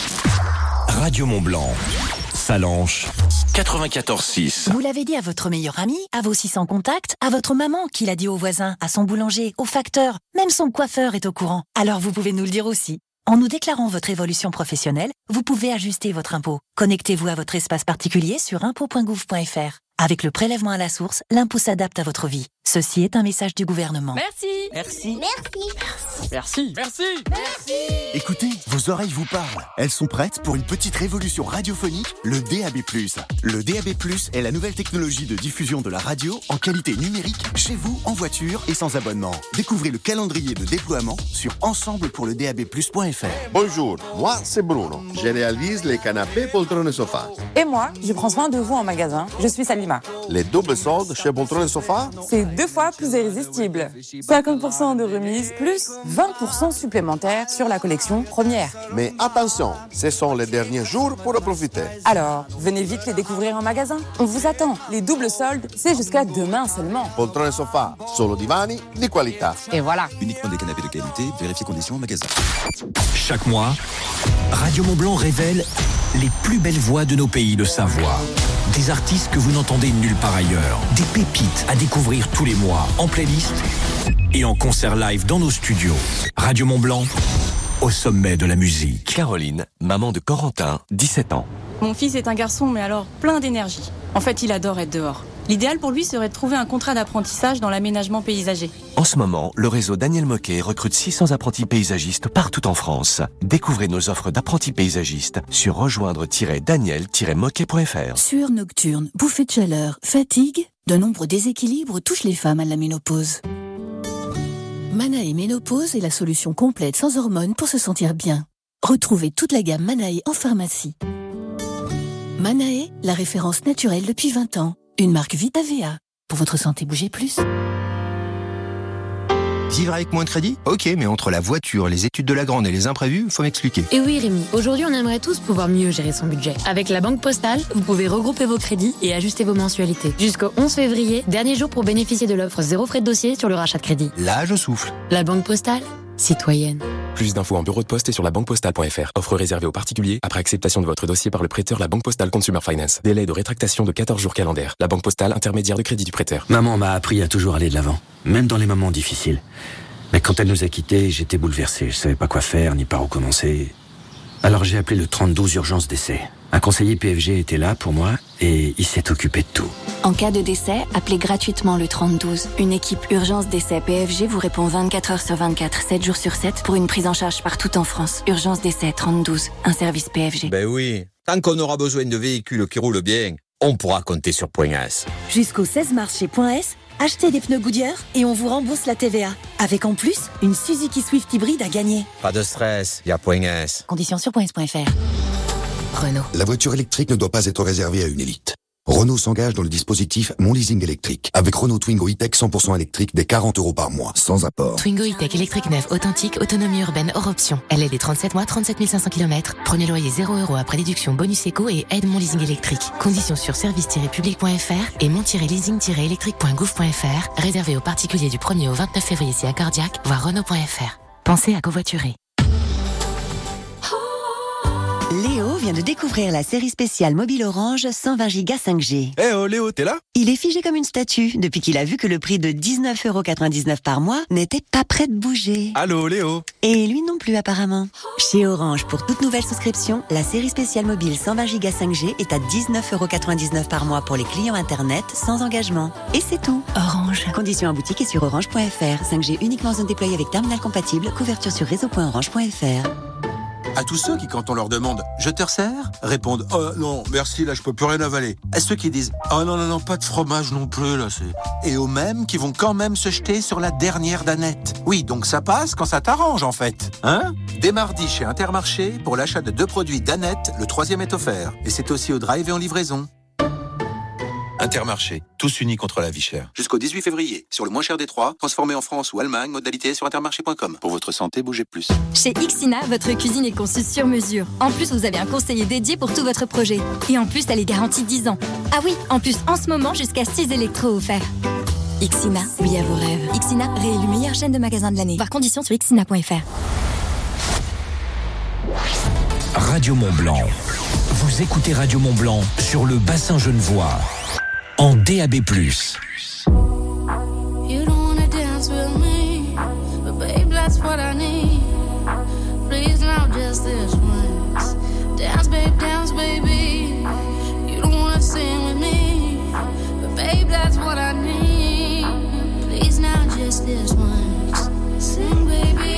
Radio Mont-Blanc. Salanches. 94.6. Vous l'avez dit à votre meilleur ami, à vos 600 contacts, à votre maman qui l'a dit au voisin, à son boulanger, au facteur, même son coiffeur est au courant. Alors vous pouvez nous le dire aussi. En nous déclarant votre évolution professionnelle, vous pouvez ajuster votre impôt. Connectez-vous à votre espace particulier sur impôt.gouv.fr. Avec le prélèvement à la source, l'impôt s'adapte à votre vie. Ceci est un message du gouvernement. Merci. Merci. Merci. Merci. Écoutez, vos oreilles vous parlent. Elles sont prêtes pour une petite révolution radiophonique, le DAB+. Le DAB+, est la nouvelle technologie de diffusion de la radio en qualité numérique, chez vous, en voiture et sans abonnement. Découvrez le calendrier de déploiement sur ensemblepourledabplus.fr. Bonjour, moi c'est Bruno. Je réalise les canapés, poltrons et sofas. Et moi, je prends soin de vous en magasin. Je suis Salima. Les doubles soldes chez Poltron et Sofa, C'est 2 fois plus irrésistible. 50% de remise, plus 20% supplémentaire sur la collection première. mais attention, ce sont les derniers jours pour en profiter. Alors, venez vite les découvrir en magasin. On vous attend. Les doubles soldes, c'est jusqu'à demain seulement. Poltron et Sofa, solo divani di qualità. Et voilà. Uniquement des canapés de qualité, vérifiez conditions en magasin. Chaque mois, Radio Mont-Blanc révèle les plus belles voix de nos pays de Savoie. Des artistes que vous n'entendez nulle part ailleurs. Des pépites à découvrir tous les mois en playlist et en concert live dans nos studios. Radio Mont-Blanc, au sommet de la musique. Caroline, maman de Corentin, 17 ans. Mon fils est un garçon, mais alors plein d'énergie. En fait, il adore être dehors. L'idéal pour lui serait de trouver un contrat d'apprentissage dans l'aménagement paysager. En ce moment, le réseau Daniel Moquet recrute 600 apprentis paysagistes partout en France. Découvrez nos offres d'apprentis paysagistes sur rejoindre-daniel-moquet.fr. Sueur nocturne, bouffée de chaleur, fatigue, de nombreux déséquilibres touchent les femmes à la ménopause. Manae Ménopause est la solution complète sans hormones pour se sentir bien. Retrouvez toute la gamme Manae en pharmacie. Manae, la référence naturelle depuis 20 ans. Une marque VitaVea. Pour votre santé, bougez plus. Vivre avec moins de crédit ? Ok, mais entre la voiture, les études de la grande et les imprévus, faut m'expliquer. Et oui Rémi, aujourd'hui on aimerait tous pouvoir mieux gérer son budget. Avec la Banque Postale, vous pouvez regrouper vos crédits et ajuster vos mensualités. Jusqu'au 11 février, dernier jour pour bénéficier de l'offre 0 frais de dossier sur le rachat de crédit. Là, je souffle. La Banque Postale, citoyenne. Plus d'infos en bureau de poste et sur labanquepostale.fr. Offre réservée aux particuliers après acceptation de votre dossier par le prêteur La Banque Postale Consumer Finance. Délai de rétractation de 14 jours calendaires. La Banque Postale, intermédiaire de crédit du prêteur. Maman m'a appris à toujours aller de l'avant, même dans les moments difficiles. Mais quand elle nous a quittés, j'étais bouleversé. Je savais pas quoi faire, ni par où commencer. Alors j'ai appelé le 32 urgence décès. Un conseiller PFG était là pour moi et il s'est occupé de tout. En cas de décès, appelez gratuitement le 3012. Une équipe urgence décès PFG vous répond 24 heures sur 24, 7 jours sur 7 pour une prise en charge partout en France. Urgence décès 3012, un service PFG. Ben oui, tant qu'on aura besoin de véhicules qui roulent bien, on pourra compter sur Point S. Jusqu'au 16 mars chez Point S, achetez des pneus Goodyear et on vous rembourse la TVA. Avec en plus, une Suzuki Swift hybride à gagner. Pas de stress, y a Point S. Conditions sur points.fr. Renault. La voiture électrique ne doit pas être réservée à une élite. Renault s'engage dans le dispositif Mon Leasing électrique. Avec Renault Twingo E-Tech 100% électrique dès 40 € par mois, sans apport. Twingo E-Tech électrique neuf, authentique, autonomie urbaine hors option. Elle est des 37 mois, 37 500 km. Premier loyer 0 € après déduction bonus éco et aide Mon Leasing électrique. Conditions sur service-public.fr et mon-leasing-électrique.gouv.fr. Réservé aux particuliers du 1er au 29 février si à Cardiac, voir Renault.fr. Pensez à covoiturer. Léo vient de découvrir la série spéciale mobile Orange 120 Go 5G. Eh oh Léo, t'es là ? Il est figé comme une statue depuis qu'il a vu que le prix de 19,99 € par mois n'était pas prêt de bouger. Allô Léo ? Et lui non plus apparemment. Chez Orange, pour toute nouvelle souscription, la série spéciale mobile 120 Go 5G est à 19,99 € par mois pour les clients internet sans engagement. Et c'est tout. Orange. Conditions en boutique et sur orange.fr. 5G uniquement en zone déployée avec terminal compatible. Couverture sur réseau.orange.fr. À tous ceux qui, quand on leur demande « Je te resserre ?» répondent « Oh non, merci, là je peux plus rien avaler ». À ceux qui disent « Oh non, pas de fromage non plus, là c'est... » Et aux mêmes qui vont quand même se jeter sur la dernière danette. Oui, donc ça passe quand ça t'arrange en fait. Hein ? Dès mardi chez Intermarché, pour l'achat de 2 produits Danette, le 3e est offert. Et c'est aussi au drive et en livraison. Intermarché, tous unis contre la vie chère. Jusqu'au 18 février, sur le moins cher des 3, transformé en France ou Allemagne, modalité sur intermarché.com. Pour votre santé, bougez plus. Chez Ixina, votre cuisine est conçue sur mesure. En plus, vous avez un conseiller dédié pour tout votre projet. Et en plus, elle est garantie 10 ans. Ah oui, en plus, en ce moment, jusqu'à 6 électros offerts. Ixina, oui à vos rêves. Ixina, réélu meilleure chaîne de magasins de l'année. Voir conditions sur ixina.fr. Radio Mont-Blanc. Vous écoutez Radio Mont-Blanc sur le bassin genevois. En DAB+. You don't wanna dance with me, but babe, that's what I need. Please now, just this once. Dance, baby. You don't wanna sing with me, but babe, that's what I need. Please now, just this once. Sing, baby.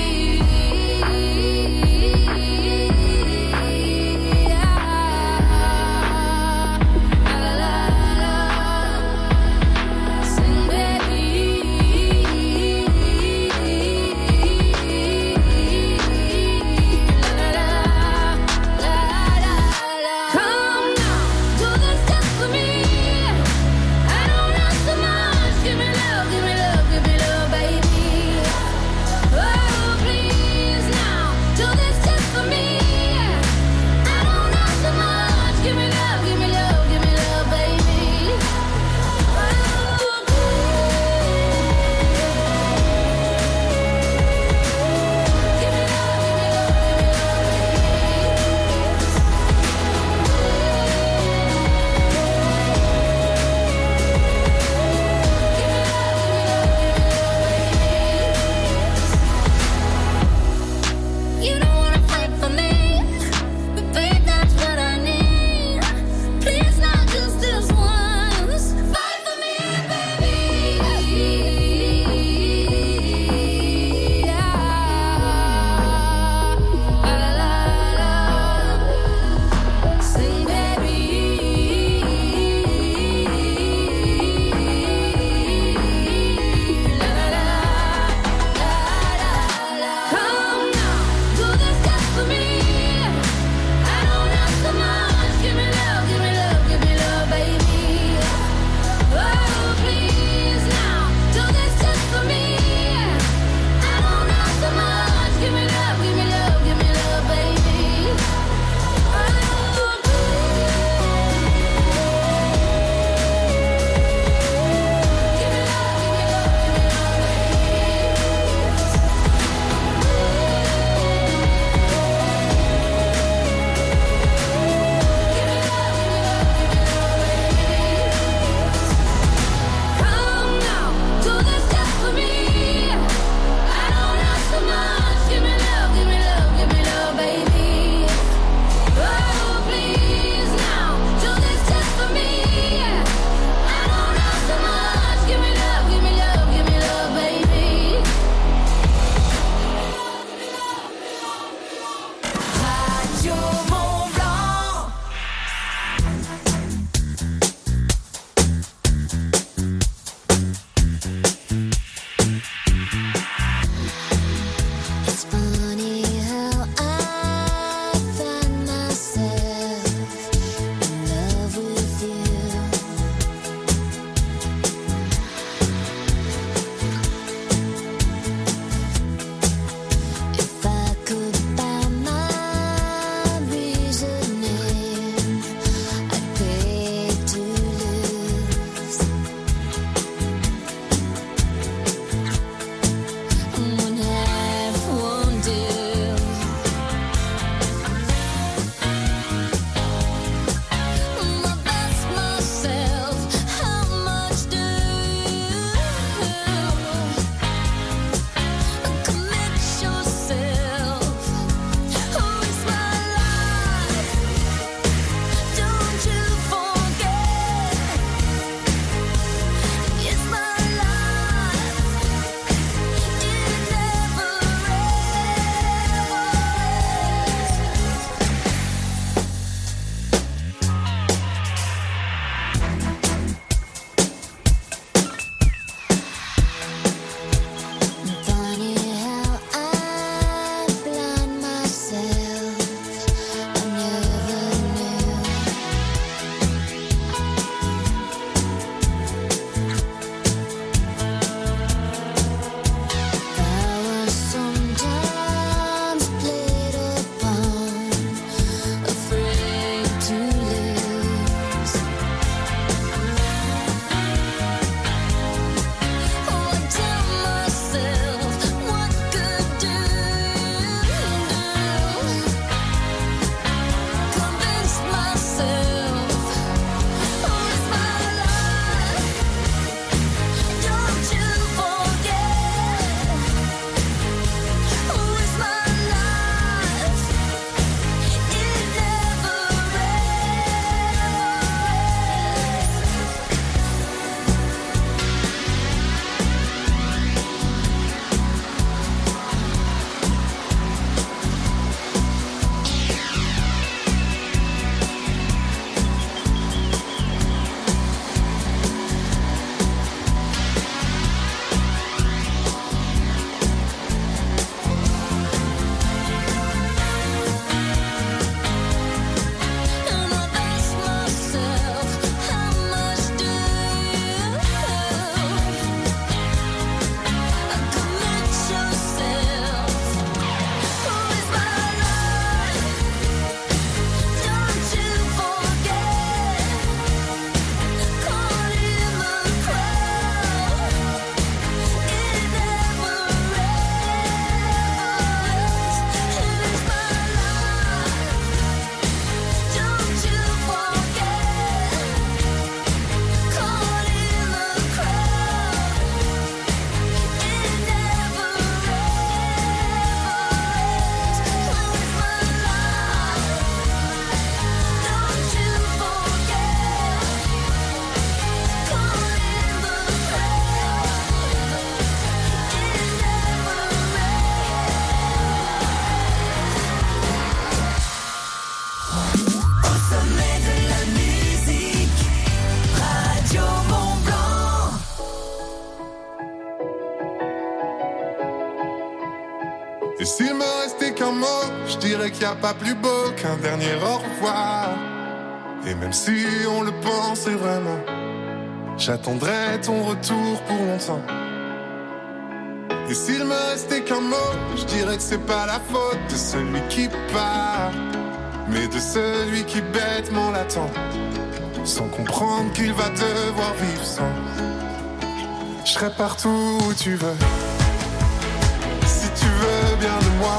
Et s'il me restait qu'un mot, je dirais qu'il n'y a pas plus beau qu'un dernier au revoir. Et même si on le pensait vraiment, j'attendrai ton retour pour longtemps. Et s'il me restait qu'un mot, je dirais que c'est pas la faute de celui qui part, mais de celui qui bêtement l'attend, sans comprendre qu'il va devoir vivre sans. Je serai partout où tu veux, si tu veux bien de moi.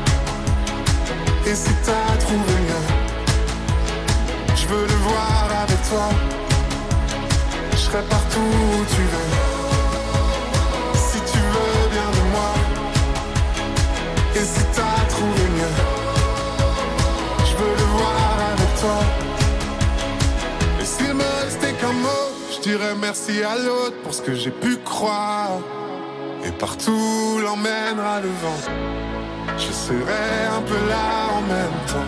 Et si t'as trouvé mieux, je veux le voir avec toi. Je serai partout où tu veux, si tu veux bien de moi. Et si t'as trouvé mieux, je veux le voir avec toi. Et s'il me restait qu'un mot, je dirais merci à l'autre pour ce que j'ai pu croire. Et partout l'emmènera le vent, je serai un peu là en même temps.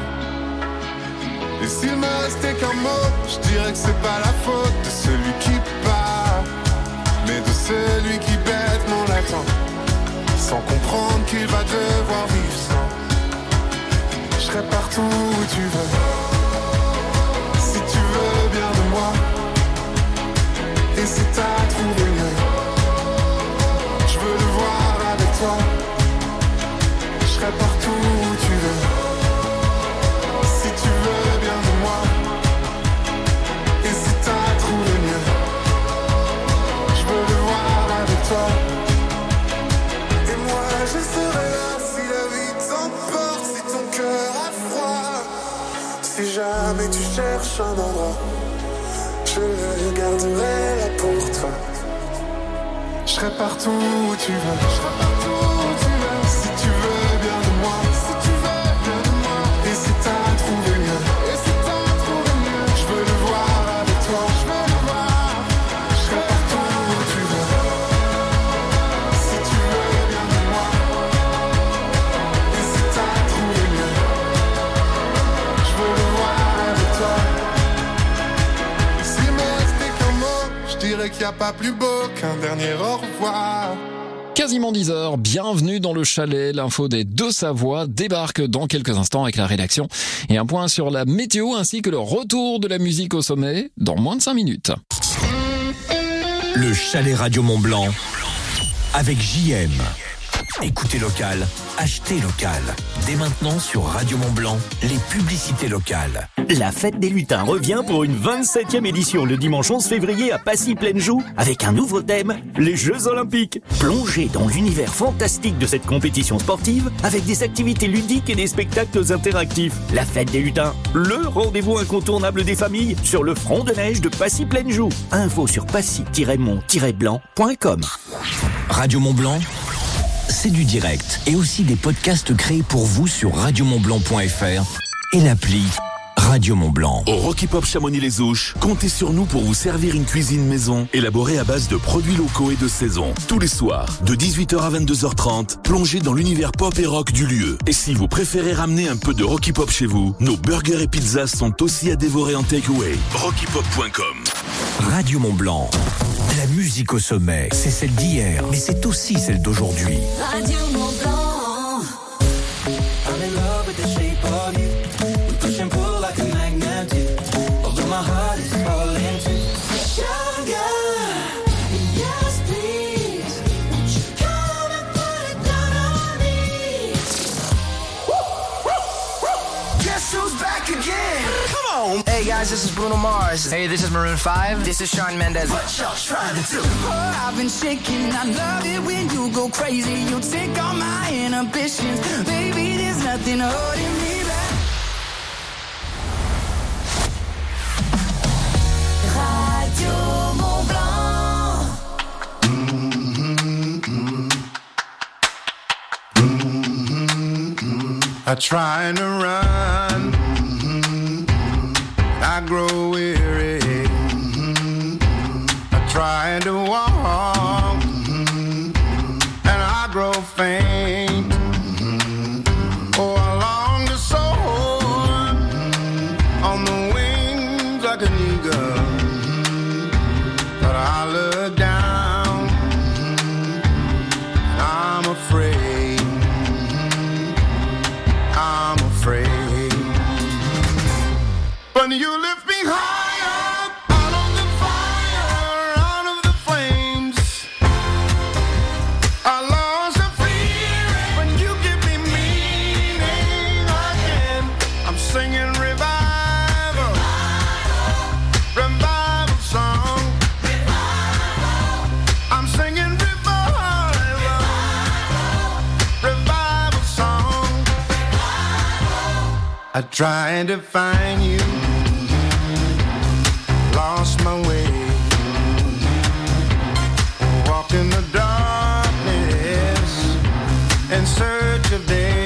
Et s'il me restait qu'un mot, je dirais que c'est pas la faute de celui qui part, mais de celui qui bêtement l'attend, sans comprendre qu'il va devoir vivre sans. Je serai partout où tu veux, si tu veux bien de moi. Et si t'as trouvé mieux, je veux le voir avec toi. Je serai partout où tu veux, si tu veux bien de moi. Et si t'as trouvé mieux, je veux le voir avec toi. Et moi je serai là si la vie t'emporte, si ton cœur a froid. Si jamais tu cherches un endroit, je le garderai là pour toi. Je serai partout où tu veux, je serai partout où tu veux. Si tu veux bien de moi, si tu veux bien de moi. Et si t'as trouvé mieux, et si t'as trouvé mieux, je veux le voir avec toi, je veux le voir. Je serai partout où tu veux, si tu veux bien de moi. Et si t'as trouvé mieux, je veux le voir avec toi. Et s'il me restait qu'un mot, je dirais qu'il n'y a pas plus beau qu'un dernier au revoir. Quasiment 10h, bienvenue dans le chalet. L'info des Deux-Savoie débarque dans quelques instants avec la rédaction et un point sur la météo ainsi que le retour de la musique au sommet dans moins de 5 minutes. Le chalet Radio Mont-Blanc avec JM. Écoutez local, achetez local. Dès maintenant sur Radio Mont-Blanc, les publicités locales. La fête des lutins revient pour une 27e édition le dimanche 11 février à Passy-Plaine-Joux avec un nouveau thème, les Jeux Olympiques. Plongez dans l'univers fantastique de cette compétition sportive avec des activités ludiques et des spectacles interactifs. La fête des lutins, le rendez-vous incontournable des familles sur le front de neige de Passy-Plaine-Joux. Info sur passy-mont-blanc.com. Radio Mont-Blanc, c'est du direct et aussi des podcasts créés pour vous sur radiomontblanc.fr et l'appli Radio Mont-Blanc. Au Rocky Pop Chamonix-les-Ouches, comptez sur nous pour vous servir une cuisine maison élaborée à base de produits locaux et de saison. Tous les soirs, de 18h à 22h30, plongez dans l'univers pop et rock du lieu. Et si vous préférez ramener un peu de Rocky Pop chez vous, nos burgers et pizzas sont aussi à dévorer en takeaway. RockyPop.com. Radio Mont-Blanc. La musique au sommet, c'est celle d'hier, mais c'est aussi celle d'aujourd'hui. Radio Mont-Blanc. I'm in love with the shape of you. We push and pull like a magnet do. Although my heart is falling too. Sugar, yes please. Won't you come and put it down on me? Guess who's back again? Come on. Hey guys, this is Bruno Mars. Hey, this is Maroon 5. This is Shawn Mendes. What y'all trying to do? Oh, I've been shaking. I love it when you go crazy. You take all my inhibitions. Baby, there's nothing holding me back. Radio Mont-Blanc. I try to run, I grow weary. I try to walk, and I grow faint. Oh, I long to soar on the wings like an eagle, but I look down, I'm afraid. I tried to find you, lost my way, walked in the darkness in search of day.